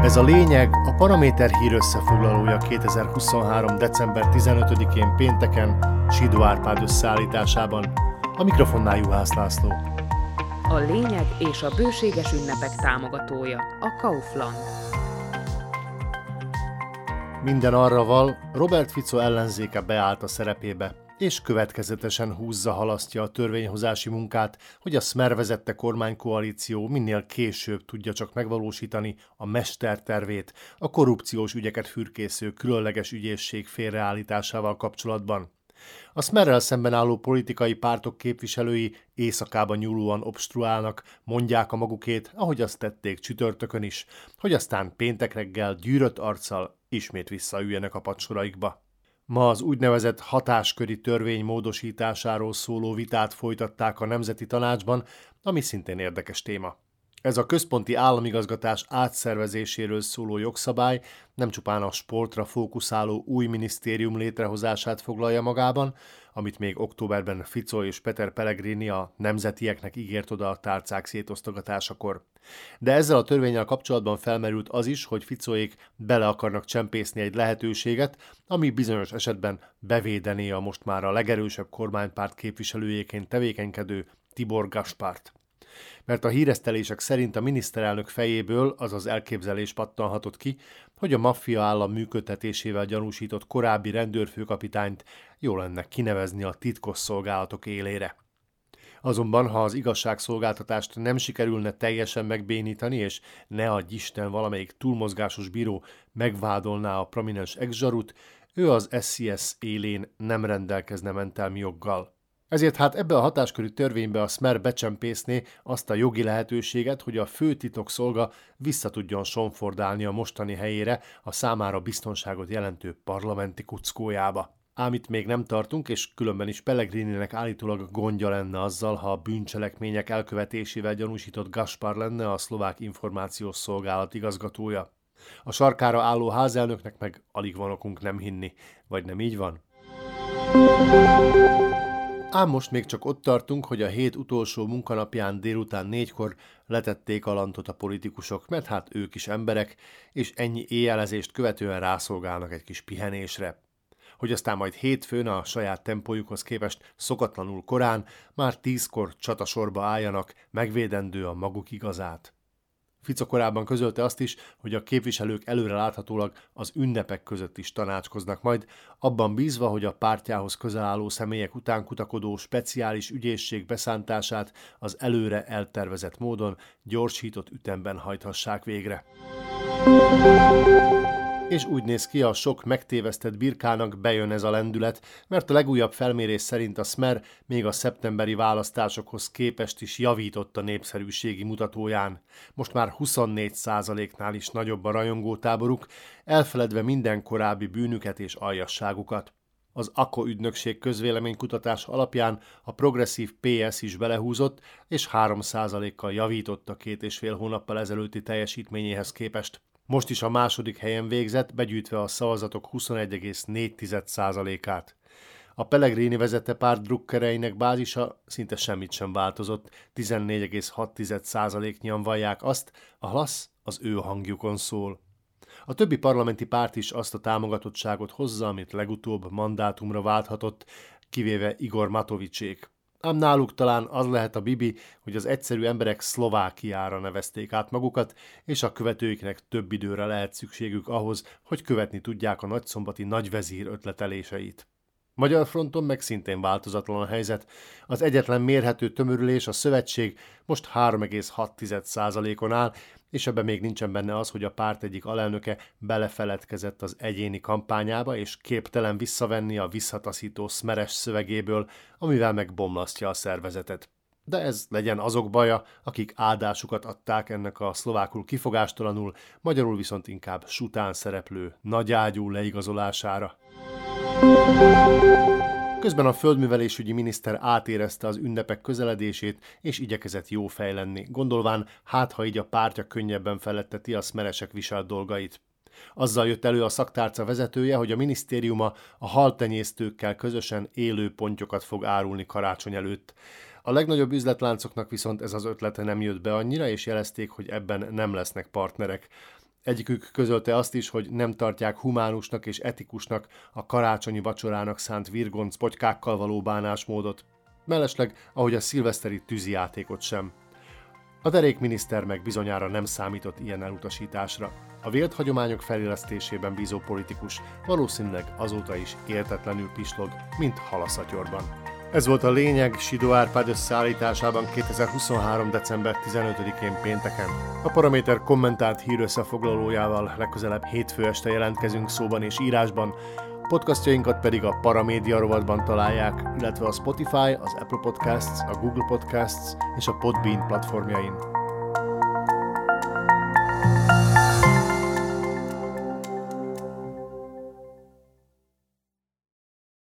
Ez a lényeg, a Paraméter hír összefoglalója 2023. december 15-én pénteken Sidó Árpád összeállításában. A mikrofonnál Juhász László. A lényeg és a bőséges ünnepek támogatója a Kaufland. Minden arra val, Robert Fico ellenzéke beállt a szerepébe, és következetesen húzza-halasztja a törvényhozási munkát, hogy a Smer vezette kormánykoalíció minél később tudja csak megvalósítani a mestertervét a korrupciós ügyeket fürkésző különleges ügyészség félreállításával kapcsolatban. A Smerrel szemben álló politikai pártok képviselői éjszakában nyúlóan obstruálnak, mondják a magukét, ahogy azt tették csütörtökön is, hogy aztán péntek reggel gyűrött arccal ismét visszaüljenek a padsoraikba. Ma az úgynevezett hatásköri törvény módosításáról szóló vitát folytatták a Nemzeti Tanácsban, ami szintén érdekes téma. Ez a központi államigazgatás átszervezéséről szóló jogszabály nem csupán a sportra fókuszáló új minisztérium létrehozását foglalja magában, amit még októberben Fico és Peter Pellegrini a nemzetieknek ígért oda a tárcák szétosztogatásakor. De ezzel a törvénnyel kapcsolatban felmerült az is, hogy Ficóék bele akarnak csempészni egy lehetőséget, ami bizonyos esetben bevédené a most már a legerősebb kormánypárt képviselőjéként tevékenykedő Tibor Gaspart. Mert a híresztelések szerint a miniszterelnök fejéből az az elképzelés pattanhatott ki, hogy a maffia állam működtetésével gyanúsított korábbi rendőrfőkapitányt jó lenne kinevezni a titkosszolgálatok élére. Azonban, ha az igazságszolgáltatást nem sikerülne teljesen megbénítani, és ne adj Isten valamelyik túlmozgásos bíró megvádolná a prominens ex-zsarut, ő az SZSZ élén nem rendelkezne mentelmi joggal. Ezért hát ebbe a hatásköri törvénybe a Smer becsempészné azt a jogi lehetőséget, hogy a főtitkokszolga vissza tudjon sonfordálni a mostani helyére a számára biztonságot jelentő parlamenti kuckójába. Ám itt még nem tartunk, és különben is Pellegrininek állítólag gondja lenne azzal, ha a bűncselekmények elkövetésével gyanúsított Gaspar lenne a szlovák információs szolgálat igazgatója. A sarkára álló házelnöknek meg alig van okunk nem hinni, vagy nem így van? Ám most még csak ott tartunk, hogy a hét utolsó munkanapján délután 4-kor letették a lantot a politikusok, mert hát ők is emberek, és ennyi éjjelezést követően rászolgálnak egy kis pihenésre. Hogy aztán majd hétfőn a saját tempójukhoz képest szokatlanul korán már 10-kor csatasorba álljanak, megvédendő a maguk igazát. Fico korábban közölte azt is, hogy a képviselők előre láthatólag az ünnepek között is tanácskoznak majd, abban bízva, hogy a pártjához közel álló személyek után kutakodó speciális ügyészség beszántását az előre eltervezett módon gyorsított ütemben hajthassák végre. És úgy néz ki, a sok megtévesztett birkának bejön ez a lendület, mert a legújabb felmérés szerint a Smer még a szeptemberi választásokhoz képest is javított a népszerűségi mutatóján. Most már 24%-nál is nagyobb a rajongótáboruk, elfeledve minden korábbi bűnüket és aljasságukat. Az AKO ügynökség közvéleménykutatás alapján a progresszív PS is belehúzott, és 3%-kal javított a 2,5 hónappal ezelőtti teljesítményéhez képest. Most is a második helyen végzett, begyűjtve a szavazatok 21,4%-át. A Pellegrini vezette párt drukkereinek bázisa szinte semmit sem változott, 14,6%-nyian vallják azt, a Hlas az ő hangjukon szól. A többi parlamenti párt is azt a támogatottságot hozza, amit legutóbb mandátumra válthatott, kivéve Igor Matovicsék. Ám náluk talán az lehet a bibi, hogy az egyszerű emberek Szlovákiára nevezték át magukat, és a követőiknek több időre lehet szükségük ahhoz, hogy követni tudják a nagyszombati nagyvezír ötleteléseit. Magyar fronton meg szintén változatlan a helyzet. Az egyetlen mérhető tömörülés, a szövetség most 3,6%-on áll, és ebben még nincsen benne az, hogy a párt egyik alelnöke belefeledkezett az egyéni kampányába, és képtelen visszavenni a visszataszító szmeres szövegéből, amivel megbomlasztja a szervezetet. De ez legyen azok baja, akik áldásukat adták ennek a szlovákul kifogástalanul, magyarul viszont inkább sután szereplő nagyágyú leigazolására. Közben a földművelésügyi miniszter átérezte az ünnepek közeledését, és igyekezett jó fej lenni, gondolván, hát ha így a pártja könnyebben feletteti a szmeresek viselt dolgait. Azzal jött elő a szaktárca vezetője, hogy a minisztériuma a haltenyésztőkkel közösen élő pontyokat fog árulni karácsony előtt. A legnagyobb üzletláncoknak viszont ez az ötlete nem jött be annyira, és jelezték, hogy ebben nem lesznek partnerek. Egyikük közölte azt is, hogy nem tartják humánusnak és etikusnak a karácsonyi vacsorának szánt virgonc potykákkal való bánásmódot, mellesleg ahogy a szilveszteri tűzijátékot sem. A derék miniszter meg bizonyára nem számított ilyen elutasításra. A vélt hagyományok felélesztésében bízó politikus valószínűleg azóta is éltetlenül pislog, mint halaszatyorban. Ez volt a lényeg Sidó Árpád összeállításában 2023. december 15-én pénteken. A Paraméter kommentált hírösszefoglalójával legközelebb hétfő este jelentkezünk szóban és írásban, podcastjainkat pedig a Paramédia rovatban találják, illetve a Spotify, az Apple Podcasts, a Google Podcasts és a Podbean platformjain.